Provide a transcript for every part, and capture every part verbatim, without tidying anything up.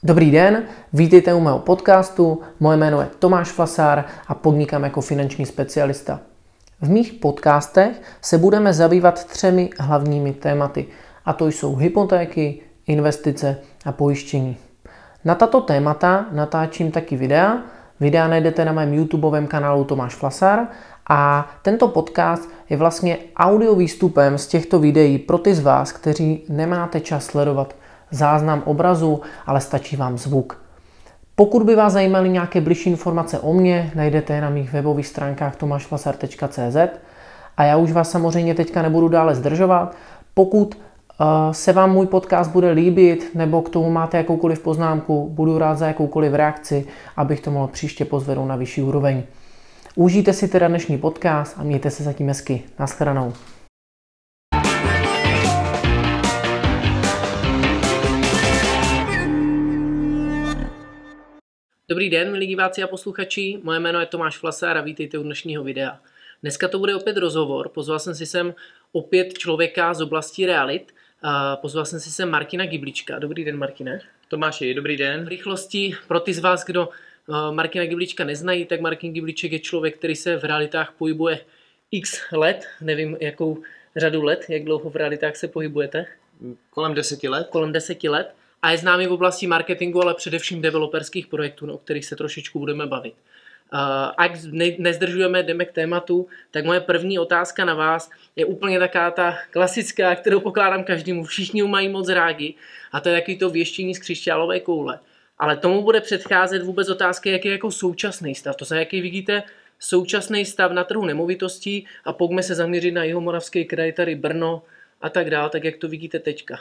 Dobrý den, vítejte u mého podcastu, moje jméno je Tomáš Flasár a podnikám jako finanční specialista. V mých podcastech se budeme zabývat třemi hlavními tématy, a to jsou hypotéky, investice a pojištění. Na tato témata natáčím taky videa, videa najdete na mém YouTubeovém kanálu Tomáš Flasár a tento podcast je vlastně audio výstupem z těchto videí pro ty z vás, kteří nemáte čas sledovat záznam obrazu, ale stačí vám zvuk. Pokud by vás zajímaly nějaké bližší informace o mně, najdete je na mých webových stránkách tomaš flasar tečka cé zet a já už vás samozřejmě teďka nebudu dále zdržovat. Pokud uh, se vám můj podcast bude líbit nebo k tomu máte jakoukoliv poznámku, budu rád za jakoukoliv reakci, abych to mohl příště pozvednout na vyšší úroveň. Užijte si teda dnešní podcast a mějte se zatím hezky. Naschledanou. Dobrý den, milí diváci a posluchači, moje jméno je Tomáš Flasár a vítejte u dnešního videa. Dneska to bude opět rozhovor, pozval jsem si sem opět člověka z oblasti realit, pozval jsem si sem Martina Giblička. Dobrý den, Martine. Tomáši, dobrý den. V rychlosti, pro ty z vás, kdo Martina Giblička neznají, tak Martin Gibliček je člověk, který se v realitách pohybuje x let, nevím jakou řadu let, jak dlouho v realitách se pohybujete? Kolem deseti let. Kolem deseti let. A je známý v oblasti marketingu, ale především developerských projektů, o kterých se trošičku budeme bavit. Ať nezdržujeme, jdeme k tématu, tak moje první otázka na vás je úplně taká ta klasická, kterou pokládám každému. Všichni mají moc rádi a to je takový to věštění z křišťálové koule. Ale tomu bude předcházet vůbec otázka, jaký je jako současný stav. To znamená, jaký vidíte současný stav na trhu nemovitostí a pojďme se zaměřit na Jihomoravský kraj, tady Brno a tak dále, tak jak to vidíte teďka.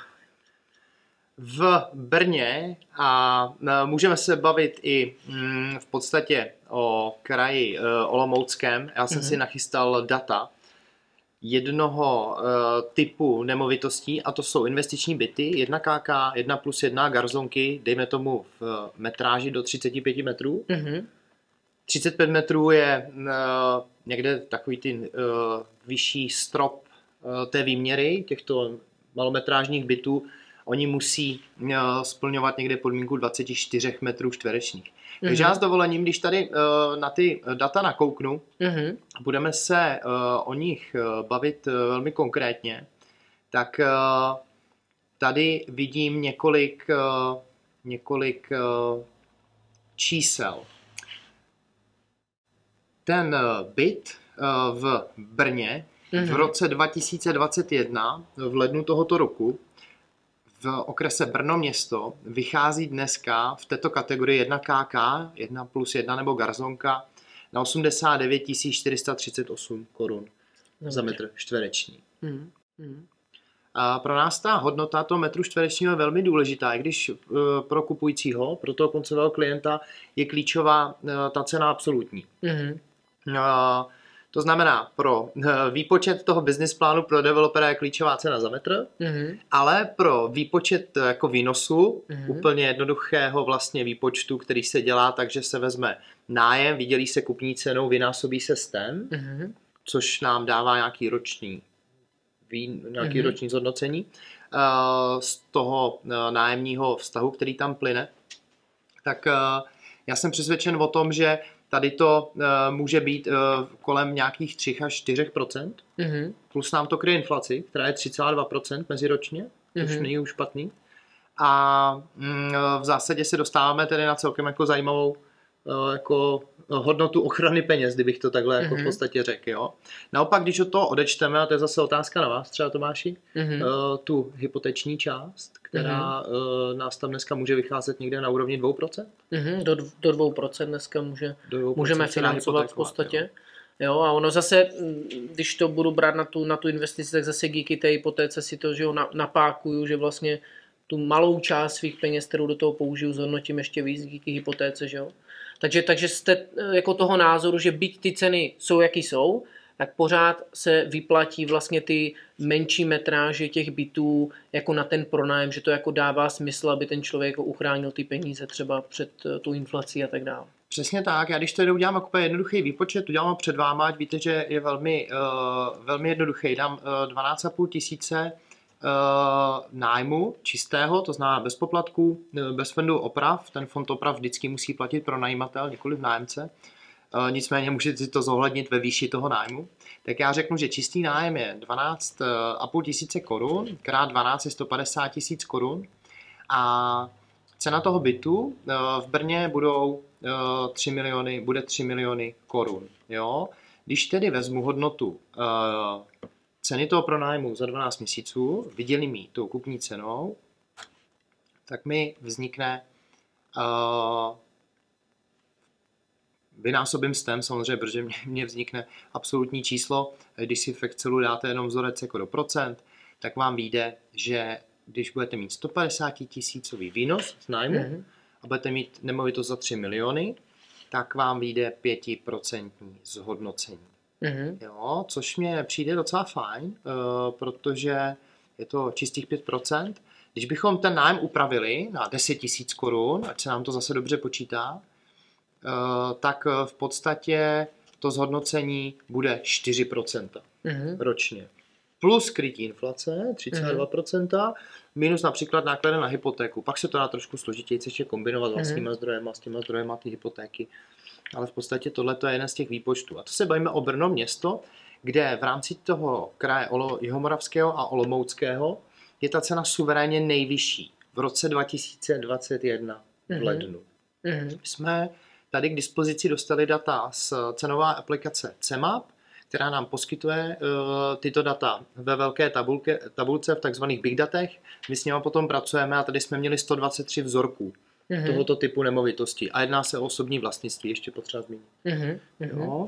V Brně a můžeme se bavit i mm, v podstatě o kraji e, Olomouckém. Já jsem mm-hmm. si nachystal data jednoho e, typu nemovitostí a to jsou investiční byty, jedna ká ká, jedna plus jedna garzonky, dejme tomu v metráži do třicet pět metrů. Mm-hmm. třicet pět metrů je e, někde takový ty e, vyšší strop e, té výměry těchto malometrážních bytů. Oni musí uh, splňovat někde podmínku dvacet čtyři metrů čtverečních. Mm-hmm. Takže já s dovolením, když tady uh, na ty data nakouknu, mm-hmm. budeme se uh, o nich uh, bavit uh, velmi konkrétně, tak uh, tady vidím několik, uh, několik uh, čísel. Ten uh, byt uh, v Brně mm-hmm. v roce dva tisíce dvacet jedna, v lednu tohoto roku, v okrese Brno město vychází dneska v této kategorii jedna ká ká, jedna plus jedna nebo garzonka na osmdesát devět tisíc čtyři sta třicet osm korun za metr čtvereční. Mm, mm. A pro nás ta hodnota toho metru čtverečního je velmi důležitá, i když pro kupujícího, pro toho koncového klienta je klíčová ta cena absolutní. Mm. A to znamená, pro výpočet toho business plánu pro developera je klíčová cena za metr, mm-hmm. ale pro výpočet jako výnosu, mm-hmm. úplně jednoduchého vlastně výpočtu, který se dělá tak, že se vezme nájem, vydělí se kupní cenou, vynásobí se stem, mm-hmm. což nám dává nějaký roční, nějaký mm-hmm. roční zhodnocení uh, z toho uh, nájemního vztahu, který tam plyne. Tak uh, já jsem přesvědčen o tom, že tady to uh, může být uh, kolem nějakých tři až čtyři procenta, mm-hmm. plus nám to kryje inflaci, která je tři celá dva procenta meziročně, což mm-hmm. není už špatný. A mm, v zásadě se dostáváme tedy na celkem jako zajímavou uh, jako hodnotu ochrany peněz, kdybych to takhle mm-hmm. jako v podstatě řekl. Jo? Naopak, když od toho odečteme, a to je zase otázka na vás třeba, Tomáši, mm-hmm. uh, tu hypoteční část, která mm-hmm. uh, nás tam dneska může vycházet někde na úrovni dvě procenta. Mm-hmm, do, do dvě procenta dneska může, dvě procenta můžeme financovat v podstatě. Jo. jo, a ono zase, když to budu brát na tu, na tu investici, tak zase díky té hypotéce si to, že ho napákuju, že vlastně tu malou část svých peněz, kterou do toho použiju, zhodnotím ještě víc díky hypotéce, že jo. Takže, takže jste jako toho názoru, že byť ty ceny jsou, jaký jsou, tak pořád se vyplatí vlastně ty menší metráže těch bytů jako na ten pronájem, že to jako dává smysl, aby ten člověk jako uchránil ty peníze třeba před tu inflací a tak dále. Přesně tak. Já když tady udělám jako jednoduchý výpočet, udělám před váma, ať víte, že je velmi, uh, velmi jednoduchý. Dám uh, dvanáct a půl tisíce nájmu čistého, to znamená bez poplatků, bez fondu oprav. Ten fond oprav vždycky musí platit pronajímatel, nikoli v nájemce. Nicméně můžete si to zohlednit ve výši toho nájmu. Tak já řeknu, že čistý nájem je dvanáct a půl tisíce korun, krát dvanáct je sto padesát tisíc korun. A cena toho bytu v Brně budou tři miliony, bude tři miliony korun. Jo? Když tedy vezmu hodnotu ceny toho pronájmu za dvanáct měsíců, vydělím ji tou kupní cenou, tak mi vznikne uh, vynásobím s tem samozřejmě, protože mě, mě vznikne absolutní číslo. Když si v Excelu dáte jenom vzorec jako do procent, tak vám vyjde, že když budete mít sto padesát tisícový výnos z nájmu mm-hmm. a budete mít nemovitost za tři miliony, tak vám vyjde pět procent zhodnocení. Mm-hmm. Jo, což mě přijde docela fajn, uh, protože je to čistých pět procent. Když bychom ten nájem upravili na deset tisíc korun, ať se nám to zase dobře počítá, uh, tak v podstatě to zhodnocení bude čtyři procenta mm-hmm. ročně. Plus krytí inflace, tři celá dva procenta, mm-hmm. minus například náklady na hypotéku. Pak se to dá trošku složitěji ještě kombinovat s vlastníma mm-hmm. zdrojema, s těma zdrojema ty hypotéky. Ale v podstatě tohle je jeden z těch výpočtů. A to se bavíme o Brno město, kde v rámci toho kraje Jihomoravského a Olomouckého je ta cena suverénně nejvyšší v roce dva tisíce dvacet jedna v lednu. Mm-hmm. Jsme tady k dispozici dostali data z cenové aplikace C E M A P, která nám poskytuje uh, tyto data ve velké tabulke, tabulce v takzvaných big datech. My s nimi potom pracujeme a tady jsme měli sto dvacet tři vzorků mm-hmm. tohoto typu nemovitosti. A jedná se o osobní vlastnictví, ještě potřeba zmínit. Mm-hmm. Jo.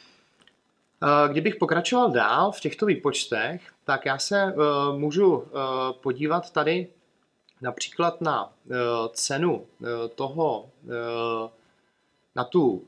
Kdybych pokračoval dál v těchto výpočtech, tak já se uh, můžu uh, podívat tady například na uh, cenu uh, toho, uh, na tu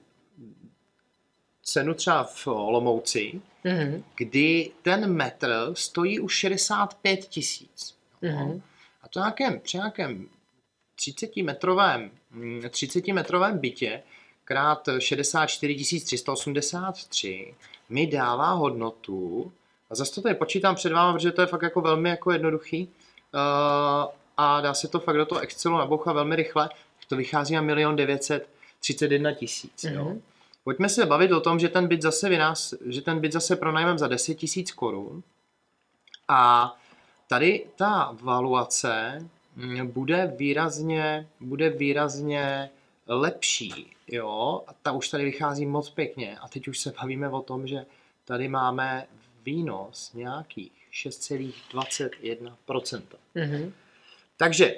cenu třeba v Olomouci, mm-hmm. kdy ten metr stojí už šedesát pět tisíc. Mm-hmm. A to nějakém, při nějakém třicetimetrovém, třicetimetrovém bytě krát šedesát čtyři tisíc tři sta osmdesát tři mi dává hodnotu, a zase to tady počítám před vámi, protože to je fakt jako velmi jako jednoduchý uh, a dá se to fakt do toho Excelu nabouchat velmi rychle, to vychází na milion devět set třicet jedna tisíc. Mm-hmm. Pojďme se bavit o tom, že ten byt zase, vynás, že ten byt zase pronajmeme za deset tisíc korun a tady ta valuace bude výrazně, bude výrazně lepší, jo, a ta už tady vychází moc pěkně a teď už se bavíme o tom, že tady máme výnos nějakých šest celá dvacet jedna procenta. Mm-hmm. Takže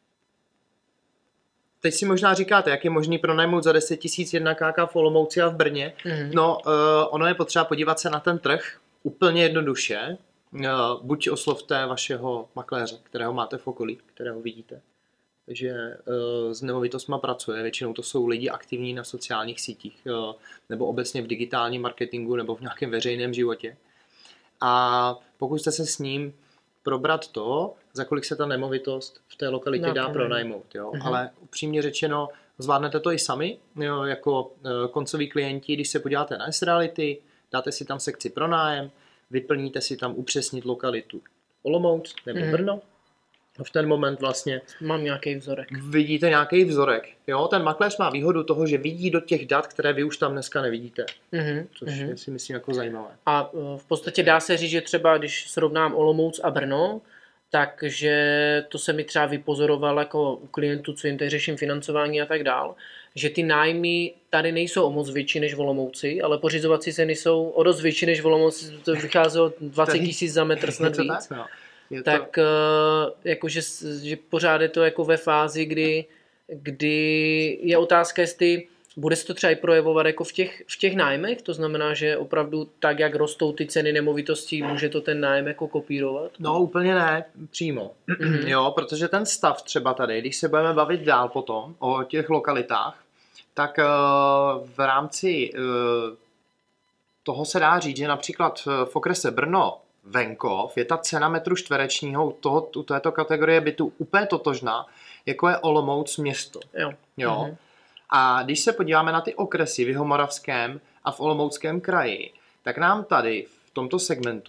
teď si možná říkáte, jak je možný pronajmout za deset tisíc jedna ká ká v Olomouci a v Brně. Mm-hmm. No, uh, ono je potřeba podívat se na ten trh úplně jednoduše. Uh, buď oslovte vašeho makléře, kterého máte v okolí, kterého vidíte, že uh, s nemovitostma pracuje. Většinou to jsou lidi aktivní na sociálních sítích uh, nebo obecně v digitálním marketingu nebo v nějakém veřejném životě. A pokud jste se s ním probrat to, za kolik se ta nemovitost v té lokalitě no, dá pronajmout. Jo? Uh-huh. Ale upřímně řečeno, zvládnete to i sami, jo? Jako uh, koncoví klienti, když se podíváte na S-Reality, dáte si tam sekci pronájem, vyplníte si tam upřesnit lokalitu Olomouc nebo uh-huh. Brno. A v ten moment vlastně mám nějaký vzorek. Vidíte nějaký vzorek. Jo? Ten makléř má výhodu toho, že vidí do těch dat, které vy už tam dneska nevidíte. Uh-huh. Což uh-huh. je si myslím jako zajímavé. A v podstatě dá se říct, že třeba když srovnám Olomouc a Brno, takže to se mi třeba vypozoroval jako u klientů, co jim teď řeším financování a tak dál, že ty nájmy tady nejsou o moc větší než v Olomouci, ale pořizovací ceny jsou o dost větší než v Olomouci, to vychází o dvacet tisíc za metr snad víc. Tak, no. To... tak jakože že pořád je to jako ve fázi, kdy, kdy je otázka, jestli bude se to třeba i projevovat jako v těch, v těch nájmech, to znamená, že opravdu tak, jak rostou ty ceny nemovitostí, může to ten nájem jako kopírovat? No úplně ne, přímo. Mm-hmm. Jo, protože ten stav třeba tady, když se budeme bavit dál potom o těch lokalitách, tak uh, v rámci uh, toho se dá říct, že například v okrese Brno venkov je ta cena metru čtverečního toho, u této kategorie bytu úplně totožná, jako je Olomouc město. Jo. Jo. Mm-hmm. A když se podíváme na ty okresy v Jihomoravském a v Olomouckém kraji, tak nám tady v tomto segmentu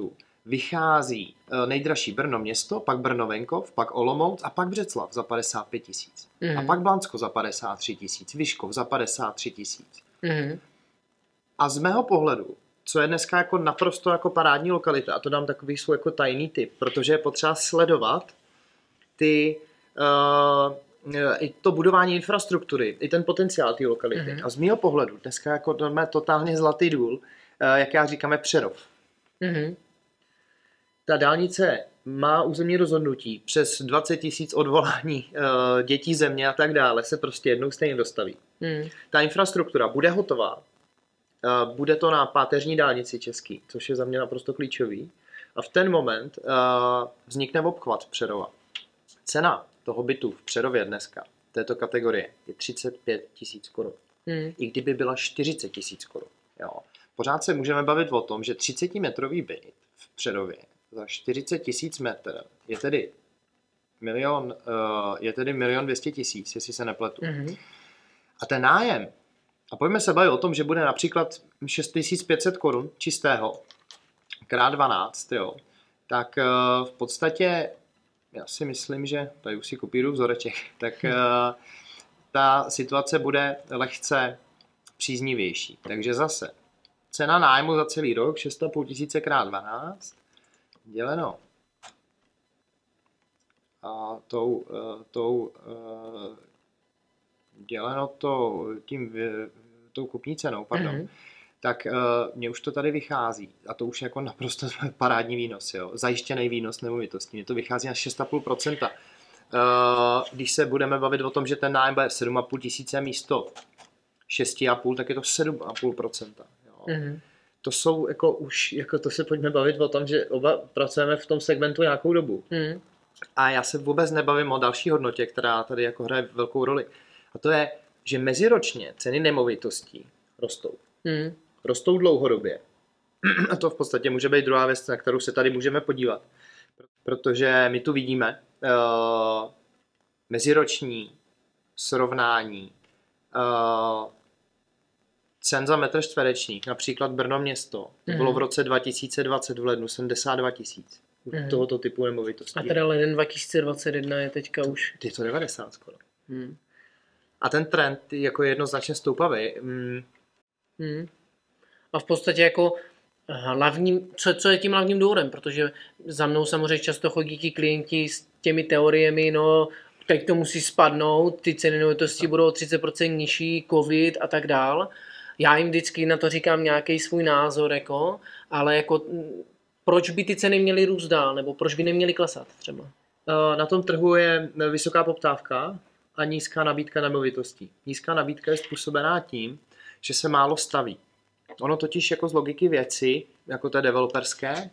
vychází nejdražší Brno město, pak Brno venkov, pak Olomouc a pak Břeclav za padesát pět tisíc. Mm. A pak Blansko za padesát tři tisíc, Vyškov za padesát tři tisíc. Mm. A z mého pohledu, co je dneska jako naprosto jako parádní lokalita, a to dám takový svůj jako tajný tip, protože je potřeba sledovat ty, uh, i to budování infrastruktury, i ten potenciál té lokality. Mm. A z mého pohledu dneska jako máme totálně zlatý důl, uh, jak já říkáme Přerov. Mm. Ta dálnice má územní rozhodnutí, přes dvacet tisíc odvolání uh, dětí země a tak dále se prostě jednou stejně dostaví. Mm. Ta infrastruktura bude hotová, uh, bude to na páteřní dálnici český, což je za mě naprosto klíčový. A v ten moment uh, vznikne obchvat Přerova. Cena toho bytu v Přerově dneska, této kategorie, je třicet pět tisíc korun. Mm. I kdyby byla čtyřicet tisíc korun. Jo. Pořád se můžeme bavit o tom, že třicetimetrový byt v Přerově za čtyřicet tisíc metr je tedy milion, uh, je tedy milion dvěstě tisíc, jestli se nepletu. Mm-hmm. A ten nájem, a pojďme se bavit o tom, že bude například šest tisíc pět set korun čistého, krát dvanáct, jo, tak uh, v podstatě, já si myslím, že, tady už si kopíruju vzoreček, tak uh, ta situace bude lehce příznivější. Takže zase, cena nájmu za celý rok, šest a půl tisíce krát dvanáct, děleno a tou, tou děleno to, tím, tou kupní cenou, pardon, mm-hmm. tak mně už to tady vychází a to už jako naprosto parádní výnos, jo. Zajištěný výnos nemovitostí, mně to vychází na šest a půl procenta. Když se budeme bavit o tom, že ten nájem bude sedm a půl tisíce místo šest a půl, tak je to sedm a půl procenta. Mm-hmm. To jsou jako už, jako to se pojďme bavit o tom, že oba pracujeme v tom segmentu nějakou dobu. Mm. A já se vůbec nebavím o další hodnotě, která tady jako hraje velkou roli. A to je, že meziročně ceny nemovitostí rostou. Mm. Rostou dlouhodobě. A to v podstatě může být druhá věc, na kterou se tady můžeme podívat. Protože my tu vidíme uh, meziroční srovnání uh, cen za metr čtvereční, například Brno město, to bylo v roce dva tisíce dvacet v lednu sedmdesát dva tisíc u mm. tohoto typu nemovitostí. A teda leden dva tisíce dvacet jedna je teďka to, už... Je to devadesát skoro. Mm. A ten trend jako je jednoznačně stoupavý. Mm. Mm. A v podstatě jako hlavním, co, co je tím hlavním důvodem, protože za mnou samozřejmě často chodí ti klienti s těmi teoriemi, no teď to musí spadnout, ty ceny nemovitostí budou o třicet procent nižší, covid a tak dál. Já jim vždycky na to říkám nějaký svůj názor, jako, ale jako, proč by ty ceny měly růst dál, nebo proč by neměly klesat třeba? Na tom trhu je vysoká poptávka a nízká nabídka nemovitostí. Nízká nabídka je způsobená tím, že se málo staví. Ono totiž jako z logiky věci, jako té developerské,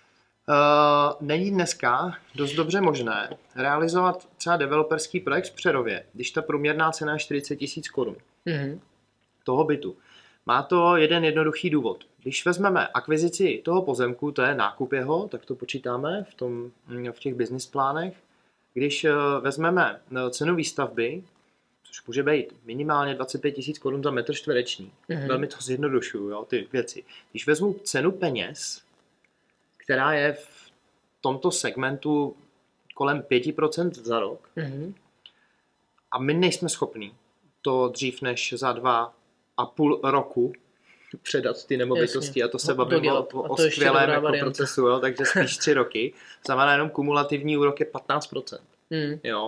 není dneska dost dobře možné realizovat třeba developerský projekt v Přerově, když ta průměrná cena je čtyřicet tisíc korun mm-hmm. toho bytu. Má to jeden jednoduchý důvod. Když vezmeme akvizici toho pozemku, to je nákup jeho, tak to počítáme v, tom, v těch business plánech. Když vezmeme cenu výstavby, což může být minimálně dvacet pět tisíc korun za metr čtvereční, mm-hmm. velmi to zjednodušuju, jo, ty věci. Když vezmu cenu peněz, která je v tomto segmentu kolem pět procent za rok, mm-hmm. a my nejsme schopni to dřív než za dva a půl roku předat ty nemovitosti. Jasně. A to se bavíme o, o, o skvělém jako procesu, jo, takže spíš tři roky. Znamená jenom kumulativní úrok je patnáct procent. Mm. Jo.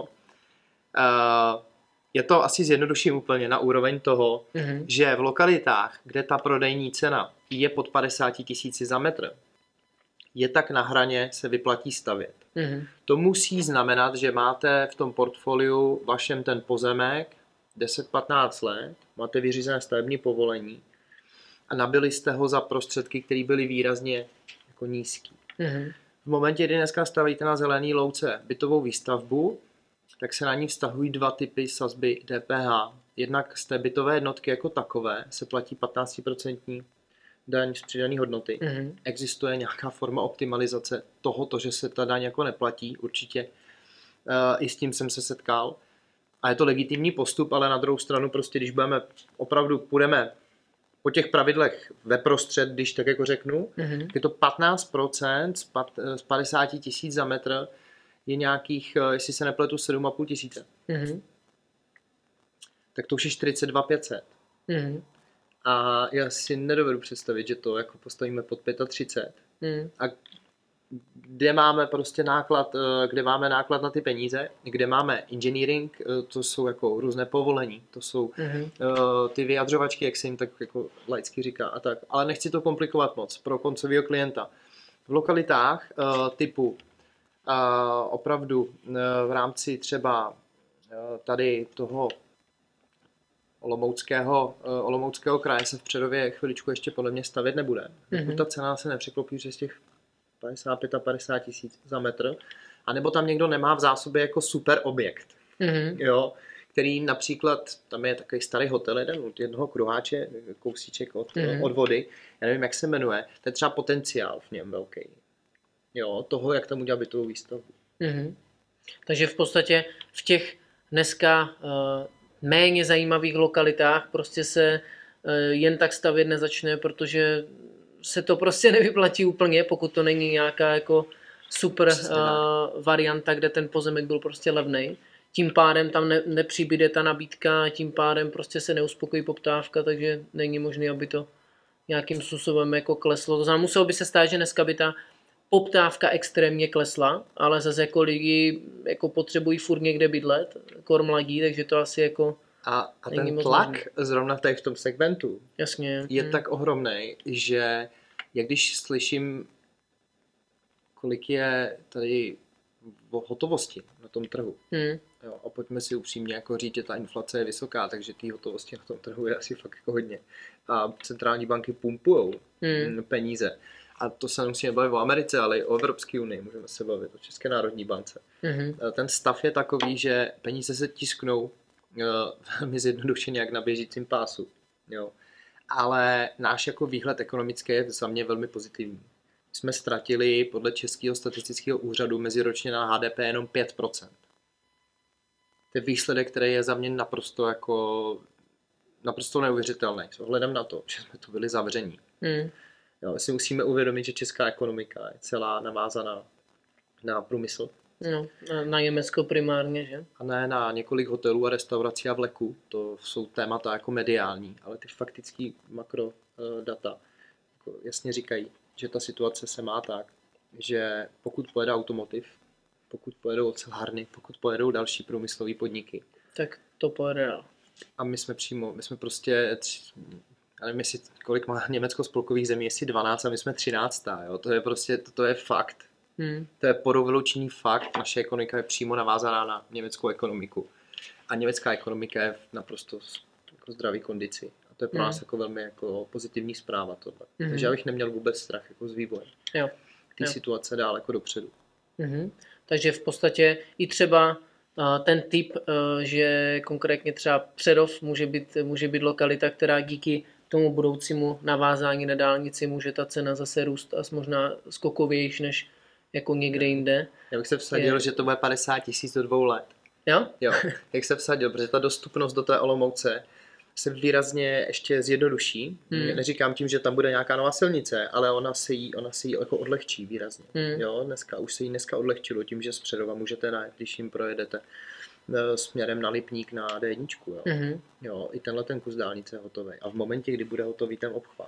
Uh, je to asi zjednoduším úplně na úroveň toho, mm. že v lokalitách, kde ta prodejní cena je pod padesát tisíci za metr, je tak na hraně, se vyplatí stavět. Mm. To musí znamenat, že máte v tom portfoliu vašem ten pozemek deset patnáct let, máte vyřízené stavební povolení a nabili jste ho za prostředky, které byly výrazně jako nízký. Mm-hmm. V momentě, kdy dneska stavíte na zelený louce bytovou výstavbu, tak se na ní vztahují dva typy sazby D P H. Jednak z té bytové jednotky jako takové se platí patnáct procent daň z přidané hodnoty. Mm-hmm. Existuje nějaká forma optimalizace tohoto, že se ta daň jako neplatí, určitě. Uh, I s tím jsem se setkal. A je to legitimní postup, ale na druhou stranu prostě, když budeme opravdu půjdeme po těch pravidlech ve prostřed, když tak jako řeknu, mm-hmm. je to patnáct procent z, pat, z padesát tisíc za metr je nějakých, jestli se nepletu, sedm a půl tisíce. Mm-hmm. Tak to už je čtyřicet dva pět set. Mm-hmm. A já si nedovedu představit, že to jako postavíme pod třicet pět. Mm. A kde máme prostě náklad, kde máme náklad na ty peníze, kde máme engineering, to jsou jako různé povolení, to jsou mm-hmm. uh, ty vyjadřovačky, jak se jim tak jako laicky říká a tak. Ale nechci to komplikovat moc pro koncového klienta. V lokalitách uh, typu uh, opravdu uh, v rámci třeba uh, tady toho Olomouckého, uh, Olomouckého kraje se v Přerově chviličku ještě podle mě stavět nebude. Mm-hmm. Ta cena se nepřeklopí přes těch padesát pět a padesát tisíc za metr, anebo tam někdo nemá v zásobě jako super objekt, mm-hmm. jo, který například, tam je takový starý hotel, jeden od jednoho kruháče, kousíček od, mm-hmm. od vody, já nevím, jak se jmenuje, to je třeba potenciál v něm velký, jo, toho, jak tam udělat bytovou výstavbu. Mm-hmm. Takže v podstatě v těch dneska uh, méně zajímavých lokalitách prostě se uh, jen tak stavět nezačne, protože se to prostě nevyplatí úplně, pokud to není nějaká jako super uh, varianta, kde ten pozemek byl prostě levnej. Tím pádem tam ne, nepřibyde ta nabídka, tím pádem prostě se neuspokojí poptávka, takže není možné, aby to nějakým způsobem jako kleslo. To znamená, muselo by se stát, že dneska by ta poptávka extrémně klesla, ale zase jako lidi jako potřebují furt někde bydlet, kor mladí, takže to asi jako A, a ten tlak možný. Zrovna tady v tom segmentu Jasně. je hmm. tak ohromnej, že jak když slyším, kolik je tady hotovosti na tom trhu, hmm. jo, a pojďme si upřímně jako říct, že ta inflace je vysoká, takže té hotovosti na tom trhu je asi fakt jako hodně. A centrální banky pumpujou hmm. peníze. A to se nemusíme bavit o Americe, ale i o Evropské unii, můžeme se bavit o České národní bance. Hmm. Ten stav je takový, že peníze se tisknou velmi zjednodušeně jak na běžícím pásu. Jo. Ale náš jako výhled ekonomický je za mě velmi pozitivní. Jsme ztratili podle Českého statistického úřadu meziročně na H D P jenom pět procent. To je výsledek, který je za mě naprosto jako naprosto neuvěřitelný. S ohledem na to, že jsme tu byli zavření. Hmm. Jo, my si musíme uvědomit, že česká ekonomika je celá navázaná na průmysl. No, na Německo primárně, že? A ne na několik hotelů a restaurací a vleků. To jsou témata jako mediální, ale ty faktický makro data jako jasně říkají, že ta situace se má tak, že pokud pojede automotiv, pokud pojedou ocelárny, pokud pojedou další průmyslové podniky, tak to pojede dál. A my jsme přímo, my jsme prostě, já nevím, jestli, kolik má Německo spolkových zemí, jestli dvanáct a my jsme třináctá, jo? To je prostě, to, to je fakt. Hmm. To je podovyloučený fakt, naše ekonomika je přímo navázaná na německou ekonomiku. A německá ekonomika je v naprosto jako zdravý kondici. A to je pro hmm. nás jako velmi jako pozitivní zpráva tohle. Hmm. Takže já bych neměl vůbec strach jako z vývoje. Jo. Ty situace dál jako dopředu. Hmm. Takže v podstatě i třeba ten typ, že konkrétně třeba Přerov může být, může být lokalita, která díky tomu budoucímu navázání na dálnici může ta cena zase růst a možná skokovější než jako někde jinde. Já bych se vsadil, je... že to bude padesát tisíc do dvou let. Jo? Jo, jak se vsadil, protože ta dostupnost do té Olomouce se výrazně ještě zjednoduší. Hmm. Neříkám tím, že tam bude nějaká nová silnice, ale ona se jí, ona se jí jako odlehčí výrazně. Hmm. Jo, dneska, už se jí dneska odlehčilo tím, že z Přerova můžete najít, když jim projedete směrem na Lipník na D jedna. Jo. Hmm. Jo, i tenhle ten kus dálnice je hotový. A v momentě, kdy bude hotový ten obchvat,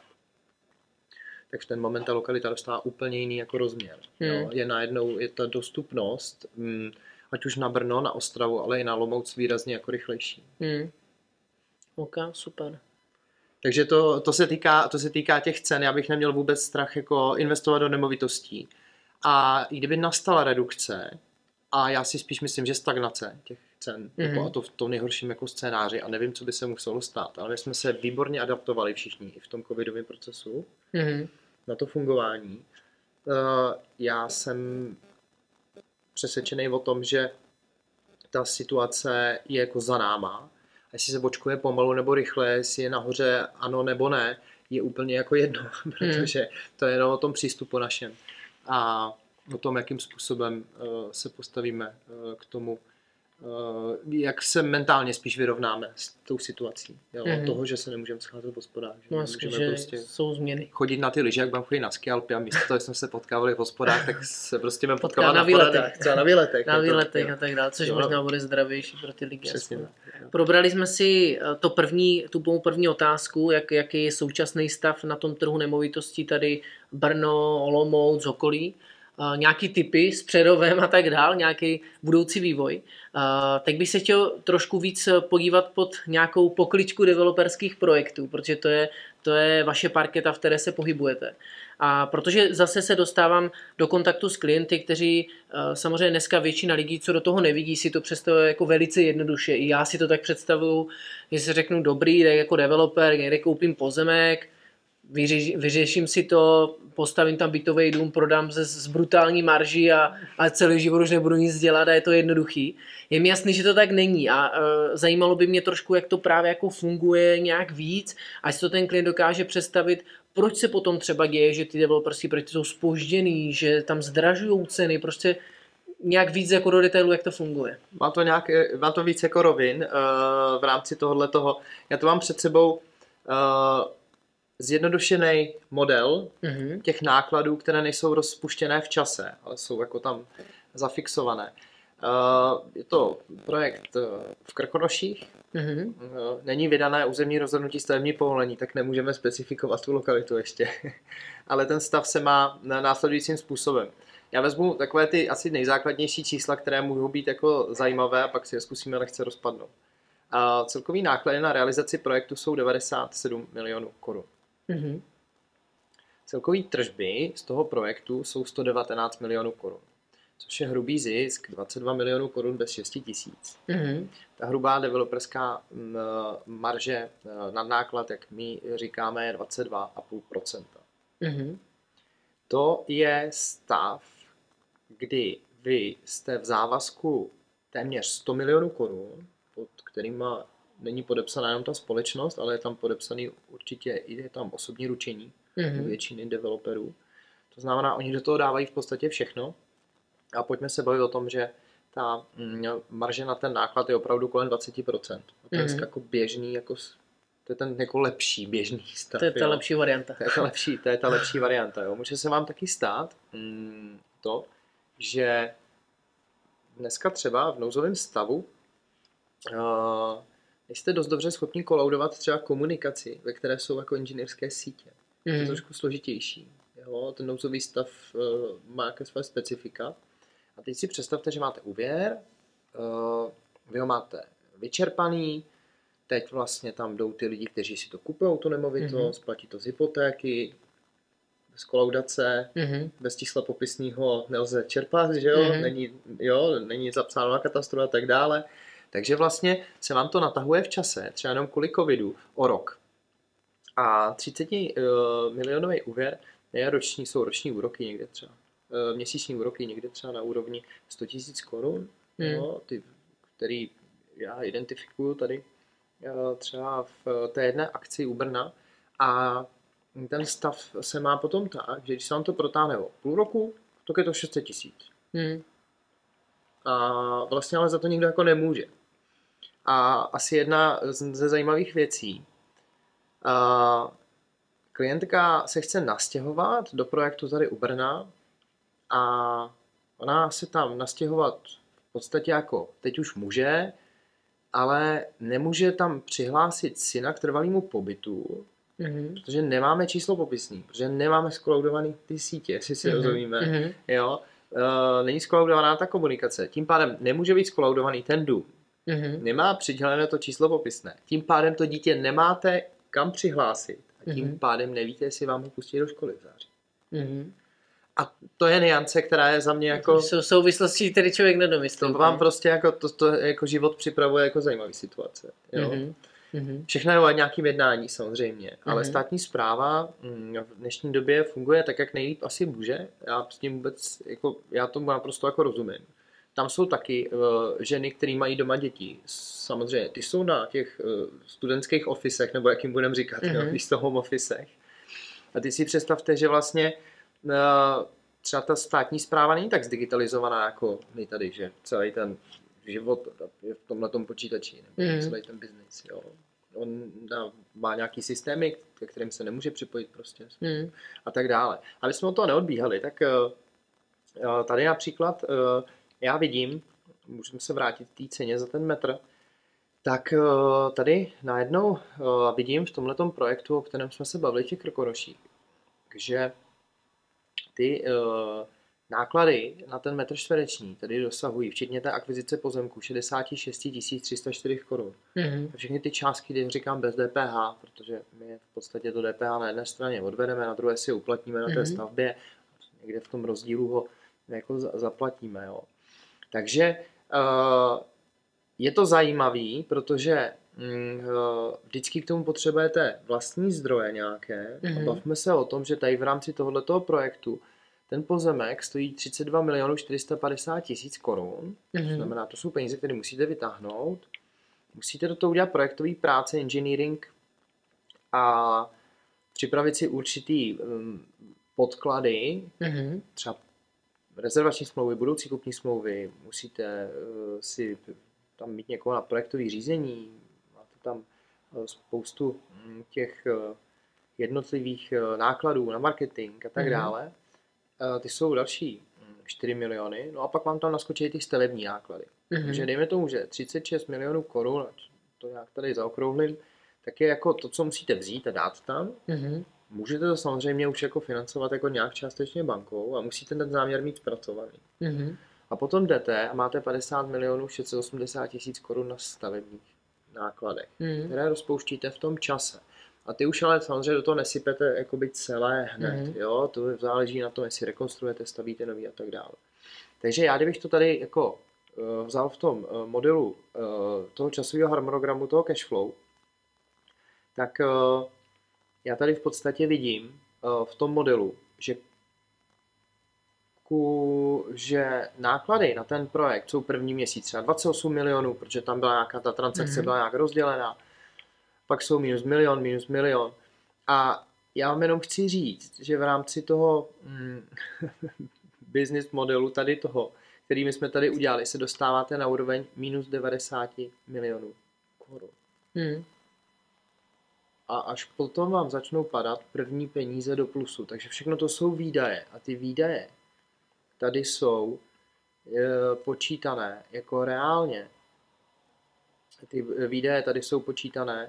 tak v ten moment ta lokalita dostává úplně jiný jako rozměr. Hmm. Jo. Je najednou, je ta dostupnost, hm, ať už na Brno, na Ostravu, ale i na Olomouc výrazně jako rychlejší. Hmm. Ok, super. Takže to, to, se týká, to se týká těch cen. Já bych neměl vůbec strach jako investovat do nemovitostí. A i kdyby nastala redukce, a já si spíš myslím, že stagnace těch cen, mm-hmm. jako a to v tom nejhorším jako scénáři, a nevím, co by se muselo stát, ale my jsme se výborně adaptovali všichni i v tom covidovém procesu mm-hmm. na to fungování. Uh, já jsem přesvědčený o tom, že ta situace je jako za náma. Jestli se očkuje pomalu nebo rychle, jestli je nahoře ano nebo ne, je úplně jako jedno, protože to je jenom o tom přístupu našem a o tom, jakým způsobem uh, se postavíme uh, k tomu, jak se mentálně spíš vyrovnáme s tou situací. Jo? Mhm. Toho, že se nemůžeme scházet v hospodách. Že No, nemůžeme že prostě jsou změny. chodit na ty lyže, jak budeme chodit na ski Alpy a místo toho, jsme se potkávali v hospodách, tak se prostě budeme Potká potkávat na na výletech. poradách, třeba na výletech. Na jako, výletech jo. a tak dále, což Jo. možná bude zdravější pro ty lidi. Přesně. aspoň. tak. Probrali jsme si to první, tu mou první otázku, jak, jaký je současný stav na tom trhu nemovitostí tady Brno, Olomouc, okolí. Uh, nějaký typy s Přerovem a tak dál, nějaký budoucí vývoj. Uh, tak bych se chtěl trošku víc podívat pod nějakou pokličku developerských projektů, protože to je, to je vaše parketa, v které se pohybujete. A protože zase se dostávám do kontaktu s klienty, kteří uh, samozřejmě dneska většina lidí, co do toho nevidí, si to představuje jako velice jednoduše. I já si to tak představuju, že si řeknu dobrý, tak jako developer, někde koupím pozemek, Vyřeš, vyřeším si to, postavím tam bytový dům, prodám se s brutální marží a, a celý život už nebudu nic dělat a je to jednoduchý. Je mi jasný, že to tak není a uh, zajímalo by mě trošku, jak to právě jako funguje nějak víc, až to ten klient dokáže představit, proč se potom třeba děje, že ty developerské projekty jsou zpožděný, že tam zdražují ceny, prostě nějak víc jako do detailu, jak to funguje. Má to, nějak, má to víc jako rovin uh, v rámci tohohle toho. Já to mám před sebou uh, zjednodušený model Mm-hmm. těch nákladů, které nejsou rozpuštěné v čase, ale jsou jako tam zafixované. Uh, je to projekt uh, v Krkonoších, Mm-hmm. uh, není vydané územní rozhodnutí stavební povolení, tak nemůžeme specifikovat tu lokalitu ještě. Ale ten stav se má následujícím způsobem. Já vezmu takové ty asi nejzákladnější čísla, které mohou být jako zajímavé a pak si je zkusíme lehce rozpadnout. Uh, celkový náklady na realizaci projektu jsou devadesát sedm milionů korun. Mm-hmm. Celkový tržby z toho projektu jsou sto devatenáct milionů korun, což je hrubý zisk dvacet dva milionů korun bez šest tisíc. Mm-hmm. Ta hrubá developerská m, marže na náklad, jak my říkáme, je dvacet dva celá pět procenta. Mm-hmm. To je stav, kdy vy jste v závazku téměř sto milionů korun, pod kterýma není podepsaná jenom ta společnost, ale je tam podepsaný určitě i je tam osobní ručení Mm-hmm. většiny developerů. To znamená, oni do toho dávají v podstatě všechno. A pojďme se bavit o tom, že ta mm, marže na ten náklad je opravdu kolem dvacet procent. A to je Mhm. jako běžný, jako, to je ten jako lepší běžný stav. To je ta jo. lepší varianta. To je ta lepší, to je ta lepší varianta. Jo. Může se vám taky stát mm, to, že dneska třeba v nouzovém stavu uh, nejste dost dobře schopni kolaudovat třeba komunikaci, ve které jsou jako inženýrské sítě. To je Mhm. trošku složitější. Jo? Ten nouzový stav uh, má jaké své specifika. A teď si představte, že máte úvěr, uh, vy ho máte vyčerpaný, teď vlastně tam jdou ty lidi, kteří si to kupují, tu nemovitost, Mhm. platí to z hypotéky, bez kolaudace, Mhm. bez čísla popisného nelze čerpat, že jo? Mhm. Není, jo, není zapsáno na katastru a tak dále. Takže vlastně se vám to natahuje v čase, třeba jenom kvůli covidu, o rok. A třicet uh, milionový úvěr je roční, jsou roční úroky někde třeba. Uh, měsíční úroky někde třeba na úrovni sto tisíc korun, Hmm. jo, ty, který já identifikuju tady uh, třeba v té jedné akci u Brna. A ten stav se má potom tak, že když se vám to protáhne o půl roku, tak je to šest set tisíc. Mhm. A vlastně ale za to nikdo jako nemůže. A asi jedna z- ze zajímavých věcí. A klientka se chce nastěhovat do projektu tady u Brna a ona se tam nastěhovat v podstatě jako teď už může, ale nemůže tam přihlásit syna k trvalému pobytu, Mhm. protože nemáme číslo popisný, protože nemáme skolaudovaný ty sítě, jestli si Mhm. rozumíme. Mhm. Jo? Uh, není skolaudovaná ta komunikace, tím pádem nemůže být skolaudovaný ten dům, Mhm. nemá přidělené to číslo popisné, tím pádem to dítě nemáte kam přihlásit a tím Mhm. pádem nevíte, jestli vám ho pustí do školy v září. Mhm. A to je niance, která je za mě jako, Jsou souvislosti, které člověk to nedomyslí. vám prostě jako, to, to jako život připravuje jako zajímavý situace. Jo? Mhm. Mhm. Všechno je o nějakým jednání samozřejmě, ale Mhm. státní správa mm, v dnešní době funguje tak, jak nejlíp asi může. Já s tím vůbec, jako, já tomu naprosto jako rozumím. Tam jsou taky uh, ženy, které mají doma děti. Samozřejmě, ty jsou na těch uh, studentských officech, nebo jak jim budeme říkat, Mhm. jo, místo home officech. A ty si představte, že vlastně uh, třeba ta státní správa není tak zdigitalizovaná jako my tady, že celý ten život je v tomhletom počítači, nebo Mm. celý ten biznis, jo. On dá, má nějaký systémy, ke kterým se nemůže připojit prostě Mm. a tak dále. Aby jsme od toho neodbíhali, tak uh, tady například uh, já vidím, můžeme se vrátit k té ceně za ten metr, tak uh, tady najednou uh, vidím v tomhletom projektu, o kterém jsme se bavili, těch Krkonoších, že ty uh, náklady na ten metr čtvereční tady dosahují, včetně té akvizice pozemku, šedesát šest tisíc tři sta čtyři korun. Mm. Všechny ty částky, kdy říkám bez D P H, protože my v podstatě to D P H na jedné straně odvedeme, na druhé si uplatníme na té Mhm. stavbě, někde v tom rozdílu ho jako za- zaplatíme. Jo. Takže uh, je to zajímavý, protože mm, uh, vždycky k tomu potřebujete vlastní zdroje nějaké. Mhm. A bavme se o tom, že tady v rámci tohoto projektu ten pozemek stojí třicet dva milionů čtyři sta padesát tisíc korun. To Mhm. znamená, to jsou peníze, které musíte vytáhnout. Musíte do toho udělat projektové práce, engineering a připravit si určitý um, podklady, Mhm. třeba rezervační smlouvy, budoucí kupní smlouvy, musíte uh, si tam mít někoho na projektové řízení, máte tam uh, spoustu mm, těch uh, jednotlivých uh, nákladů na marketing a tak Mhm. dále. Uh, ty jsou další mm, čtyři miliony, no a pak vám tam naskočí ty stavební náklady. Mhm. Takže dejme tomu, že třicet šest milionů korun, ať to nějak tady zaokrouhlím, tak je jako to, co musíte vzít a dát tam. Mhm. Můžete to samozřejmě už jako financovat jako nějak částečně bankou a musíte ten záměr mít zpracovaný. Mhm. A potom jdete a máte padesát milionů šest set osmdesát tisíc korun na stavebních nákladech, Mhm. které rozpouštíte v tom čase. A ty už ale samozřejmě do toho nesypete jakoby celé hned, Mhm. jo? To záleží na tom, jestli rekonstruujete, stavíte nový a tak dále. Takže já, kdybych to tady jako uh, vzal v tom uh, modelu uh, toho časového harmonogramu, toho cashflow, tak uh, já tady v podstatě vidím uh, v tom modelu, že ku, že náklady na ten projekt jsou první měsíc třeba dvacet osm milionů, protože tam byla nějaká ta transakce, Mhm. byla nějak rozdělená, pak jsou minus milion, minus milion. A já vám jenom chci říct, že v rámci toho mm, business modelu tady toho, který my jsme tady udělali, se dostáváte na úroveň minus devadesát milionů korun. Mhm. A až potom vám začnou padat první peníze do plusu. Takže všechno to jsou výdaje. A ty výdaje tady jsou e, počítané jako reálně. Ty výdaje tady jsou počítané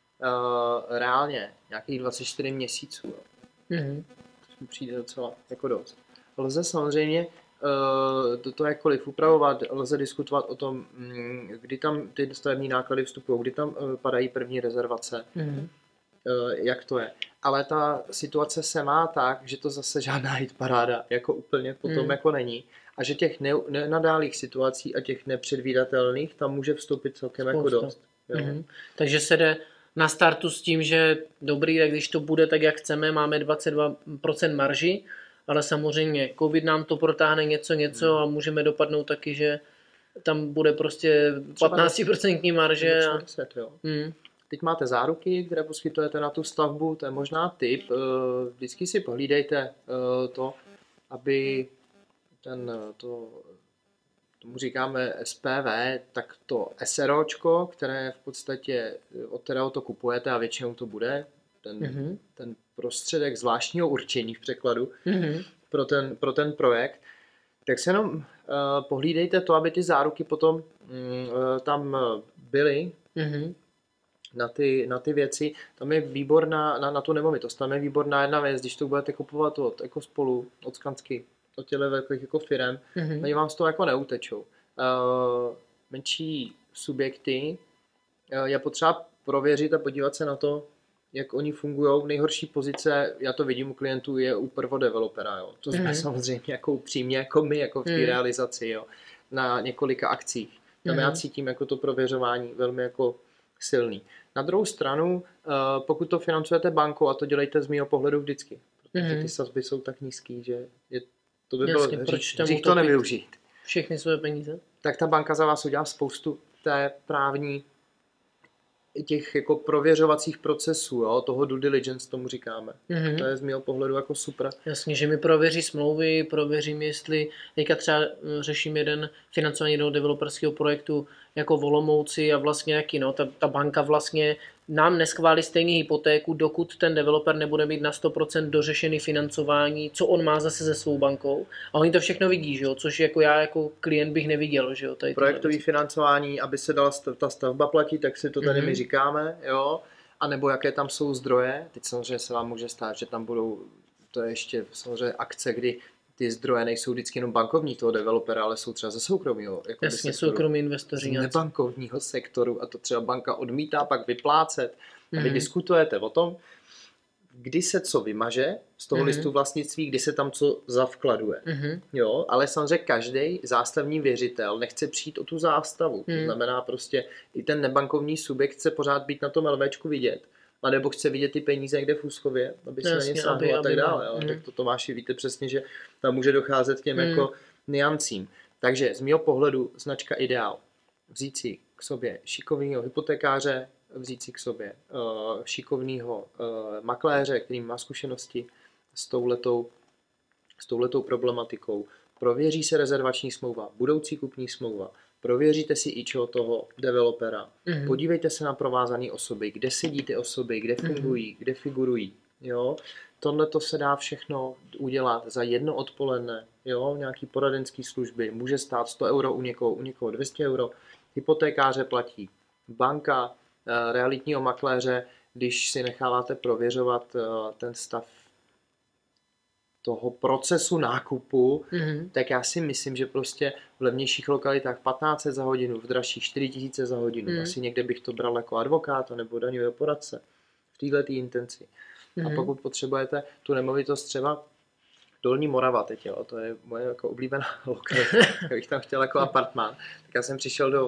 e, reálně nějakých dvacet čtyři měsíců. Mhm. To mi přijde docela jako dost. Lze samozřejmě e, to, to jakkoliv upravovat, lze diskutovat o tom, mm, kdy tam ty stavební náklady vstupují, kdy tam e, padají první rezervace. Mhm. Jak to je. Ale ta situace se má tak, že to zase žádná hit paráda jako úplně potom Mm. jako není. A že těch ne- nenadálých situací a těch nepředvídatelných tam může vstoupit celkem jako Spousta. dost. Jo. Mhm. Takže se jde na startu s tím, že dobrý, tak když to bude tak, jak chceme, máme dvacet dva procent marži, ale samozřejmě covid nám to protáhne něco, něco a můžeme dopadnout taky, že tam bude prostě patnáct procent marže. Třeba A... deset, jo. Mhm. Teď máte záruky, které poskytujete na tu stavbu, to je možná tip. eh, Vždycky si pohlídejte eh, to, aby ten, eh, to, tomu říkáme S P V, tak to SROčko, které v podstatě, eh, od kterého to kupujete a většinou to bude, ten, Mhm. ten prostředek zvláštního určení v překladu Mhm. pro ten, pro ten projekt, tak se jenom uh, pohlídejte to, aby ty záruky potom mm, uh, tam eh, byly Mhm. na ty, na ty věci. Tam je výborná, na, na tu nemovitost, tam je výborná jedna věc, když to budete kupovat od Ekospolu, od Skansky, od těchto velkých jako firem, Mhm. oni vám z toho jako neutečou. Uh, menší subjekty uh, je potřeba prověřit a podívat se na to, jak oni fungují. Nejhorší pozice, já to vidím u klientů, je u prvodevelopera. Jo. To jsme Mhm. samozřejmě jako upřímně, jako my, jako v té Mhm. realizaci, jo, na několika akcích. Tam já Mhm. cítím jako to prověřování velmi jako silný. Na druhou stranu, uh, pokud to financujete bankou, a to dělejte z mého pohledu vždycky, protože Mhm. ty sazby jsou tak nízký, že je, to by bylo Jasně, proč říct, tam říct to utopit? nevyužít. Všechny své peníze. Tak ta banka za vás udělá spoustu té právní těch jako prověřovacích procesů, jo, toho due diligence tomu říkáme. Mm-hmm. To je z mého pohledu jako super. Jasně, že mi prověří smlouvy, prověřím, jestli teďka třeba řeším jeden financování do developerského projektu jako v Olomouci a vlastně jaký, no, ta, ta banka vlastně nám neschválí stejně hypotéku, dokud ten developer nebude mít na sto procent dořešený financování, co on má zase se svou bankou. A oni to všechno vidí, že jo? Což jako já jako klient bych neviděl. Že jo? Tady projektový financování, aby se dala ta stavba platit, tak si to tady mm-hmm. my říkáme, jo? A nebo jaké tam jsou zdroje. Teď samozřejmě se vám může stát, že tam budou, to je ještě samozřejmě akce, kdy ty zdroje nejsou vždycky jenom bankovní toho developera, ale jsou třeba ze soukromého. Jako Jasně, soukromí investoři. Z nebankovního sektoru a to třeba banka odmítá pak vyplácet. A vy mm-hmm. diskutujete o tom, kdy se co vymaže z toho mm-hmm. listu vlastnictví, kdy se tam co zavkladuje. Mm-hmm. Jo, ale samozřejmě každý zástavní věřitel nechce přijít o tu zástavu. Mm. To znamená prostě i ten nebankovní subjekt chce pořád být na tom LVčku vidět. A nebo chce vidět ty peníze někde v úschově, aby se na ně sáhlo a tak dále. Jo. Mm. Tak to Tomáši víte přesně, že tam může docházet k těm mm. jako niancím. Takže z mého pohledu značka Ideál. Vzít si k sobě šikovného hypotekáře, vzít si k sobě uh, šikovného uh, makléře, který má zkušenosti s touhletou, s touhletou problematikou. Prověří se rezervační smlouva, budoucí kupní smlouva, prověříte si ičo toho developera, mm-hmm. podívejte se na provázané osoby, kde sedí ty osoby, kde fungují, mm-hmm. kde figurují. Jo? Tohle to se dá všechno udělat za jedno odpoledne, jo? Nějaký poradenský služby, může stát sto euro u někoho, u někoho dvě stě euro, hypotékáře platí, banka, realitního makléře, když si necháváte prověřovat ten stav toho procesu nákupu, mm-hmm. tak já si myslím, že prostě v levnějších lokalitách patnáct set za hodinu, v dražších čtyři tisíce za hodinu. Mm. Asi někde bych to bral jako advokáta nebo daňového poradce v této intenci. Mm-hmm. A pokud potřebujete tu nemovitost třeba Dolní Morava teď, jo, to je moje jako oblíbená lokalita, bych tam chtěl jako apartmán, tak já jsem přišel do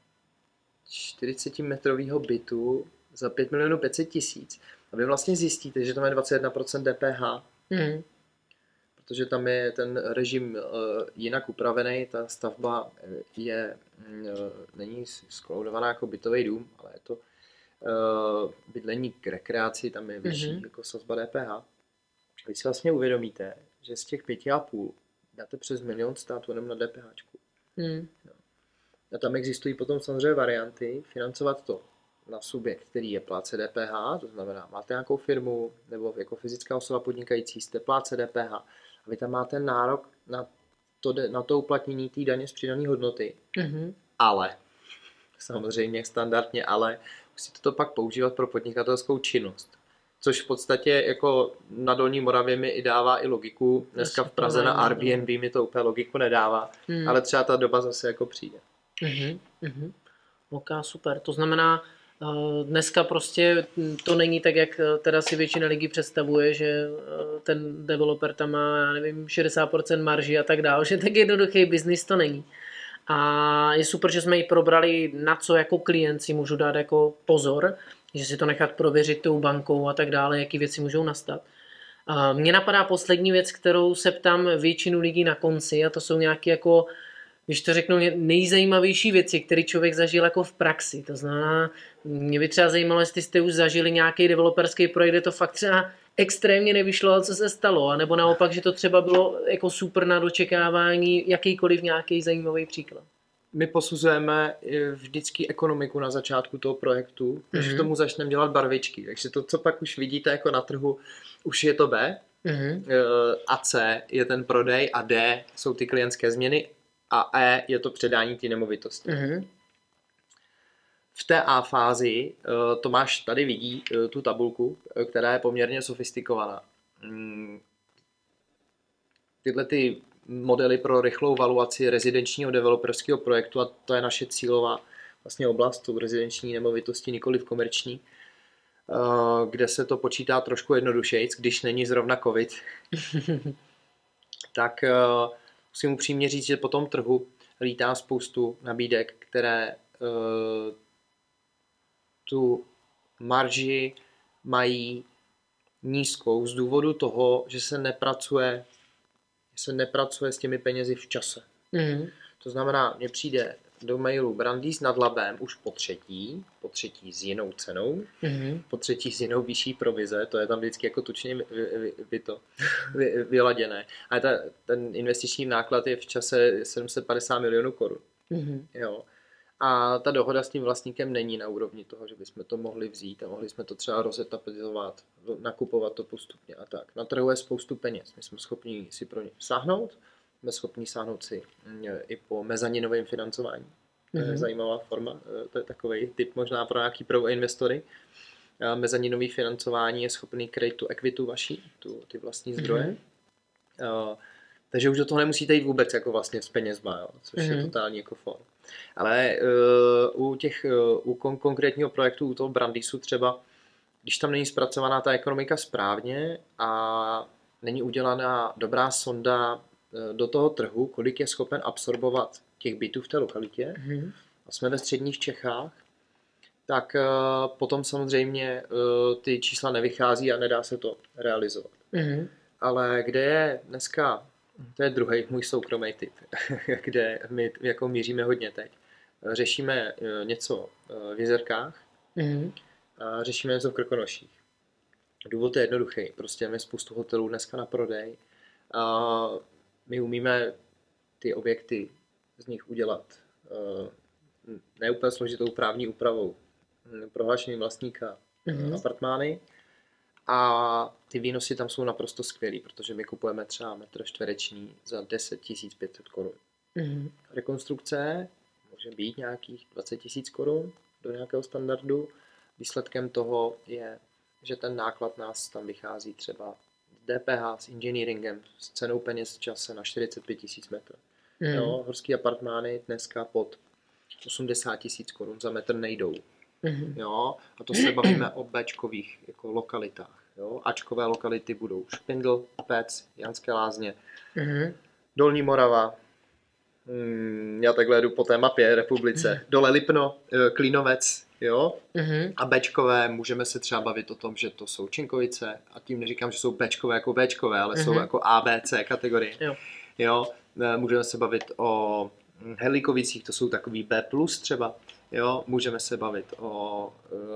čtyřicetimetrového bytu za pět milionů pět set tisíc a vy vlastně zjistíte, že tam je dvacet jedna procent D P H, mm. protože tam je ten režim uh, jinak upravený, ta stavba je, uh, není skloudovaná jako bytový dům, ale je to uh, bydlení k rekreaci, tam je vyšší mm. jako sazba D P H. Vy si vlastně uvědomíte, že z těch pěti a půl dáte přes milion státu jenom na DPHčku. Mm. No. A tam existují potom samozřejmě varianty financovat to na subjekt, který je plátce D P H, to znamená, máte nějakou firmu nebo jako fyzická osoba podnikající, jste plátce D P H a vy tam máte nárok na to, na to uplatnění té daně z přidané hodnoty. Mm-hmm. Ale, samozřejmě standardně, ale musíte to pak používat pro podnikatelskou činnost. Což v podstatě jako na Dolní Moravě mi i dává i logiku. Dneska v Praze na Airbnb mi to úplně logiku nedává, mm. ale třeba ta doba zase jako přijde. Mhm, mhm. Ok, super. To znamená, dneska prostě to není tak, jak teda si většina lidí představuje, že ten developer tam má, já nevím, šedesát procent marži a tak dále, že tak jednoduchý biznis to není. A je super, že jsme ji probrali, na co jako klient si můžu dát jako pozor, že si to nechat prověřit tou bankou a tak dále, jaký věci můžou nastat. Mně napadá poslední věc, kterou se ptám většinu lidí na konci, a to jsou nějaké jako, když to řeknu, nejzajímavější věci, které člověk zažil jako v praxi. To znamená, mě by třeba zajímalo, jestli jste už zažili nějaký developerský projekt, kde to fakt třeba extrémně nevyšlo, ale co se stalo, a nebo naopak, že to třeba bylo jako super na dočekávání, jakýkoliv nějaký zajímavý příklad. My posuzujeme vždycky ekonomiku na začátku toho projektu, než mm-hmm. k tomu začneme dělat barvičky. Takže to, co pak už vidíte jako na trhu, už je to B, mm-hmm. a C je ten prodej a D jsou ty klientské změny a E je to předání té nemovitosti. Mm-hmm. V té A fázi Tomáš tady vidí tu tabulku, která je poměrně sofistikovaná. Tyhle ty modely pro rychlou valuaci rezidenčního developerského projektu, a to je naše cílová vlastně oblast, tu rezidenční nemovitosti, nikoli v komerční, kde se to počítá trošku jednodušejc, když není zrovna covid. Tak musím upřímně říct, že po tom trhu lítá spoustu nabídek, které tu marži mají nízkou z důvodu toho, že se nepracuje se nepracuje s těmi penězi v čase. Mm. To znamená, mně přijde do mailu Brandýs nad Labem už po třetí, po třetí s jinou cenou, mm-hmm. po třetí s jinou vyšší provize, to je tam vždycky jako tučně vy, vy, vy to, vy, vyladěné. Ale ta, ten investiční náklad je v čase sedm set padesát milionů korun. Mm-hmm. Jo. A ta dohoda s tím vlastníkem není na úrovni toho, že bychom to mohli vzít a mohli jsme to třeba rozetapizovat, nakupovat to postupně a tak. Na trhu je spoustu peněz, my jsme schopni si pro ně sáhnout, jsme schopni sáhnout si i po mezaninovém financování. To je mm-hmm. zajímavá forma, to je takový tip možná pro nějaký pro investory. Mezaninový financování je schopný kryt tu equitu vaší, tu, ty vlastní zdroje. Mm-hmm. Takže už do toho nemusíte jít vůbec jako vlastně s penězma, jo, což mm-hmm. je totální jako form. Ale uh, u těch uh, u kon- konkrétního projektu, u toho Brandýsu třeba, když tam není zpracovaná ta ekonomika správně a není udělaná dobrá sonda uh, do toho trhu, kolik je schopen absorbovat těch bytů v té lokalitě, mm-hmm. a jsme ve středních Čechách, tak uh, potom samozřejmě uh, ty čísla nevychází a nedá se to realizovat. Mm-hmm. Ale kde je dneska, to je druhý můj soukromý tip, kde my jako míříme hodně teď. Řešíme něco v Jizerkách, mm-hmm. a řešíme něco v Krkonoších. Důvod je jednoduchý, prostě máme spoustu hotelů dneska na prodej a my umíme ty objekty z nich udělat neúplně složitou právní úpravou, prohlášením vlastníka, mm-hmm. apartmány. A ty výnosy tam jsou naprosto skvělý, protože my kupujeme třeba metr čtvereční za deset tisíc pět set korun. Mm-hmm. Rekonstrukce může být nějakých dvacet tisíc korun do nějakého standardu. Výsledkem toho je, že ten náklad nás tam vychází třeba z D P H, s engineeringem, s cenou peněz v čase na čtyřicet pět tisíc metr. Mm-hmm. Jo, horský apartmány dneska pod osmdesát tisíc korun za metr nejdou. Mm-hmm. Jo, a to se bavíme o Bčkových jako lokalitách. Jo. Ačkové lokality budou Špindl, Pec, Janské Lázně, mm-hmm. Dolní Morava, hmm, já takhle jdu po té mapě republice, mm-hmm. Dole Lipno, Klínovec, jo, mm-hmm. a Bčkové můžeme se třeba bavit o tom, že to jsou Činkovice, a tím neříkám, že jsou Bčkové jako Bčkové, ale mm-hmm. jsou jako A, B, C kategorie. Jo. Jo, můžeme se bavit o Herlíkovicích, to jsou takový B plus třeba. Jo, můžeme se bavit o,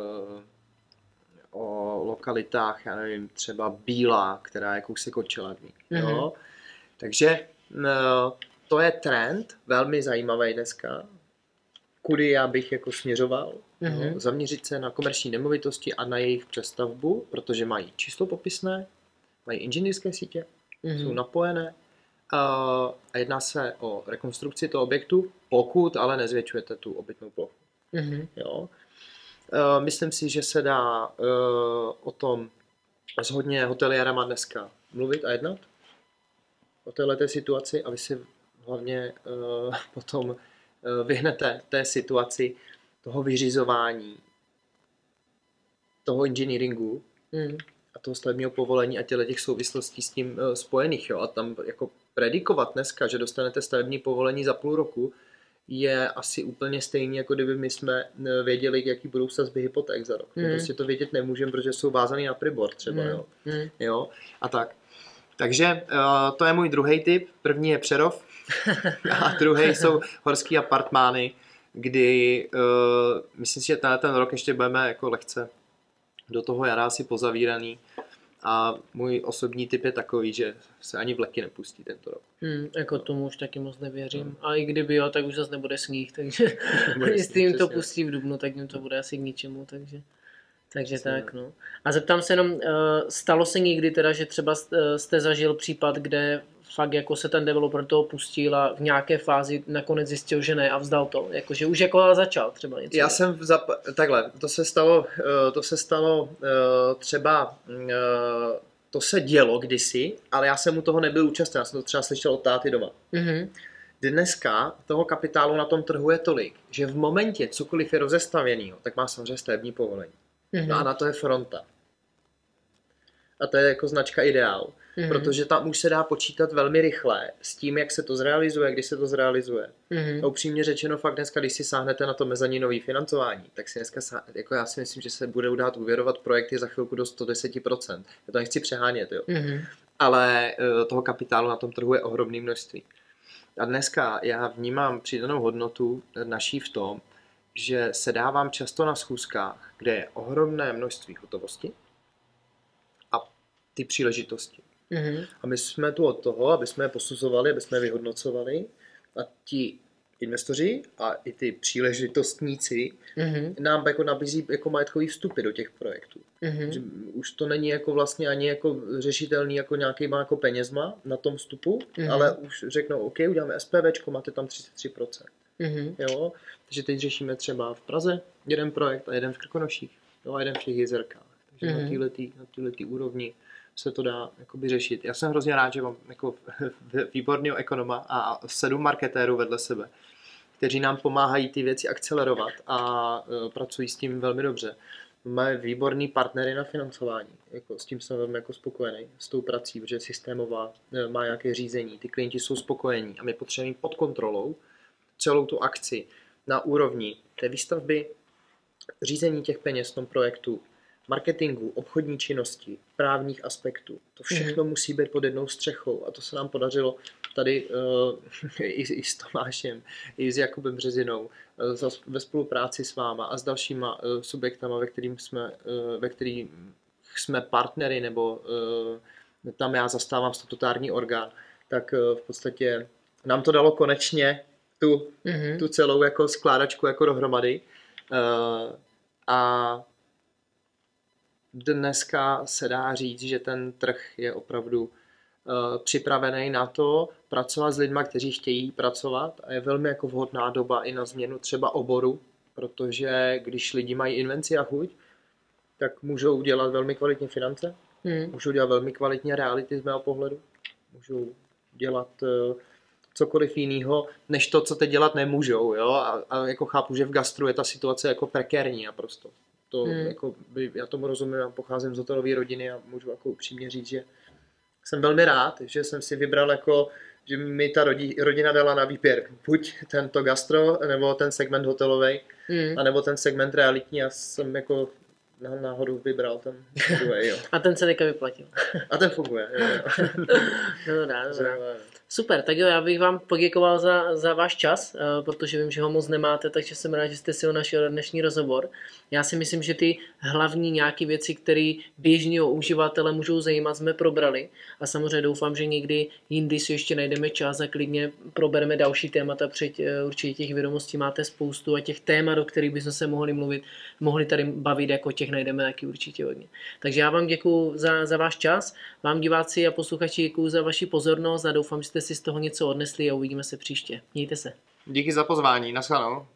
o lokalitách, já nevím, třeba Bílá, která je kousek od Čeladní. Mm-hmm. Jo. Takže to je trend, velmi zajímavý dneska, kudy já bych jako směřoval. Mm-hmm. Jo. Zaměřit se na komerční nemovitosti a na jejich přestavbu, protože mají číslopopisné, mají inženýrské sítě, mm-hmm. jsou napojené. A jedná se o rekonstrukci toho objektu, pokud ale nezvětšujete tu obytnou plochu. Mm-hmm. Jo. Myslím si, že se dá o tom s hodně hoteliérama dneska mluvit a jednat o této situaci a vy si hlavně potom vyhnete té situaci toho vyřizování, toho engineeringu, mm. a toho stavebního povolení a těle těch souvislostí s tím uh, spojených. Jo? A tam jako predikovat dneska, že dostanete stavební povolení za půl roku, je asi úplně stejný, jako kdyby my jsme věděli, jaký budou sazby hypoték za rok. Mm. Prostě to vědět nemůžeme, protože jsou vázaný na Pribor třeba. Mm. Jo? Mm. Jo? A tak. Takže uh, to je můj druhý tip. První je Přerov a druhý jsou horský apartmány, kdy uh, myslím si, že tenhle ten rok ještě budeme jako lehce do toho jara asi pozavíraný. A můj osobní tip je takový, že se ani vleky nepustí tento rok. Hmm, jako tomu už taky moc nevěřím. Hmm. A i kdyby jo, tak už zase nebude sníh, takže jestli jim to pustí v dubnu, tak jim to bude asi k ničemu, takže, takže tak, no. A zeptám se jenom, stalo se někdy teda, že třeba jste zažil případ, kde fakt jako se ten developer toho pustil a v nějaké fázi nakonec zjistil, že ne a vzdal to, jakože už jako začal třeba něco. Já jsem zap- takhle, to se stalo, to se stalo třeba, to se dělo kdysi, ale já jsem u toho nebyl účastný, já jsem to třeba slyšel od táty doma. Mm-hmm. Dneska toho kapitálu na tom trhu je tolik, že v momentě cokoliv je rozestavěnýho, tak má samozřejmě stavební povolení. Mm-hmm. No a na to je fronta. A to je jako značka ideál. Mm-hmm. Protože tam už se dá počítat velmi rychle s tím, jak se to zrealizuje, kdy se to zrealizuje. Mm-hmm. A upřímně řečeno, fakt dneska, když si sáhnete na to mezaninové financování, tak si dneska, jako já si myslím, že se bude dát úvěrovat projekty za chvilku do sto deset procent. Já to nechci přehánět, jo. Mm-hmm. Ale toho kapitálu na tom trhu je ohromné množství. A dneska já vnímám přidanou hodnotu naší v tom, že se dávám často na schůzkách, kde je ohromné množství hotovosti a ty příležitosti. Mm-hmm. A my jsme tu od toho, aby jsme je posuzovali, aby jsme je vyhodnocovali a ti investoři a i ty příležitostníci mm-hmm. nám jako nabízí jako majetkový vstupy do těch projektů. Mm-hmm. Že už to není jako vlastně ani jako řešitelný jako nějakýma jako penězma na tom vstupu, mm-hmm. ale už řeknou, OK, uděláme SPVčko, máte tam třicet tři procent. Mm-hmm. Jo? Takže teď řešíme třeba v Praze jeden projekt a jeden v Krkonoších, jo? A jeden v těch Jezerkách. Takže mm-hmm. na téhletý, na téhletý úrovni se to dá jakoby řešit. Já jsem hrozně rád, že mám jako výborného ekonoma a sedm marketérů vedle sebe, kteří nám pomáhají ty věci akcelerovat a uh, pracují s tím velmi dobře. Máme výborný partnery na financování. Jako, s tím jsem velmi jako spokojený s tou prací, protože systémová má nějaké řízení, ty klienti jsou spokojení a my potřebujeme pod kontrolou celou tu akci na úrovni té výstavby, řízení těch peněz v tom projektu, marketingu, obchodní činnosti, právních aspektů. To všechno mm. musí být pod jednou střechou a to se nám podařilo tady uh, i, i s Tomášem, i s Jakubem Březinou, uh, ve spolupráci s váma a s dalšíma uh, subjektama, ve kterým jsme, uh, ve kterých jsme partnery, nebo uh, tam já zastávám statutární orgán, tak uh, v podstatě nám to dalo konečně tu, mm. tu celou jako skládačku jako dohromady. Uh, a dneska se dá říct, že ten trh je opravdu uh, připravený na to pracovat s lidmi, kteří chtějí pracovat a je velmi jako vhodná doba i na změnu třeba oboru, protože když lidi mají invenci a chuť, tak můžou dělat velmi kvalitně finance, hmm. můžou dělat velmi kvalitně reality z mého pohledu, můžou dělat uh, cokoliv jiného, než to, co teď dělat nemůžou. Jo? A, a jako chápu, že v gastru je ta situace jako prekérní naprosto. To, hmm. jako by, já tomu rozumím, já pocházím z hotelové rodiny a můžu jako upřímně říct, že jsem velmi rád, že jsem si vybral jako, že mi ta rodi, rodina dala na výběr buď tento gastro, nebo ten segment hotelový, hmm. anebo ten segment realitní. Já jsem jako náhodou vybral ten druhý, jo. A ten se teďka vyplatil. A ten funguje, jo. jo. No dobrá, dobrá. Super, tak jo, já bych vám poděkoval za, za váš čas, protože vím, že ho moc nemáte, takže jsem rád, že jste si ho našel dnešní rozhovor. Já si myslím, že ty hlavní nějaké věci, které běžného uživatele můžou zajímat, jsme probrali a samozřejmě doufám, že někdy jindy si ještě najdeme čas a klidně probereme další témata, před určitě těch vědomostí máte spoustu a těch témat, o kterých bychom se mohli mluvit, mohli tady bavit, jako těch najdeme taky určitě hodně. Takže já vám děkuju za, za váš čas, vám diváci a posluchači děkuju za vaši pozornost a doufám, že jste si z toho něco odnesli a uvidíme se příště. Mějte se. Díky za pozvání, nashledanou.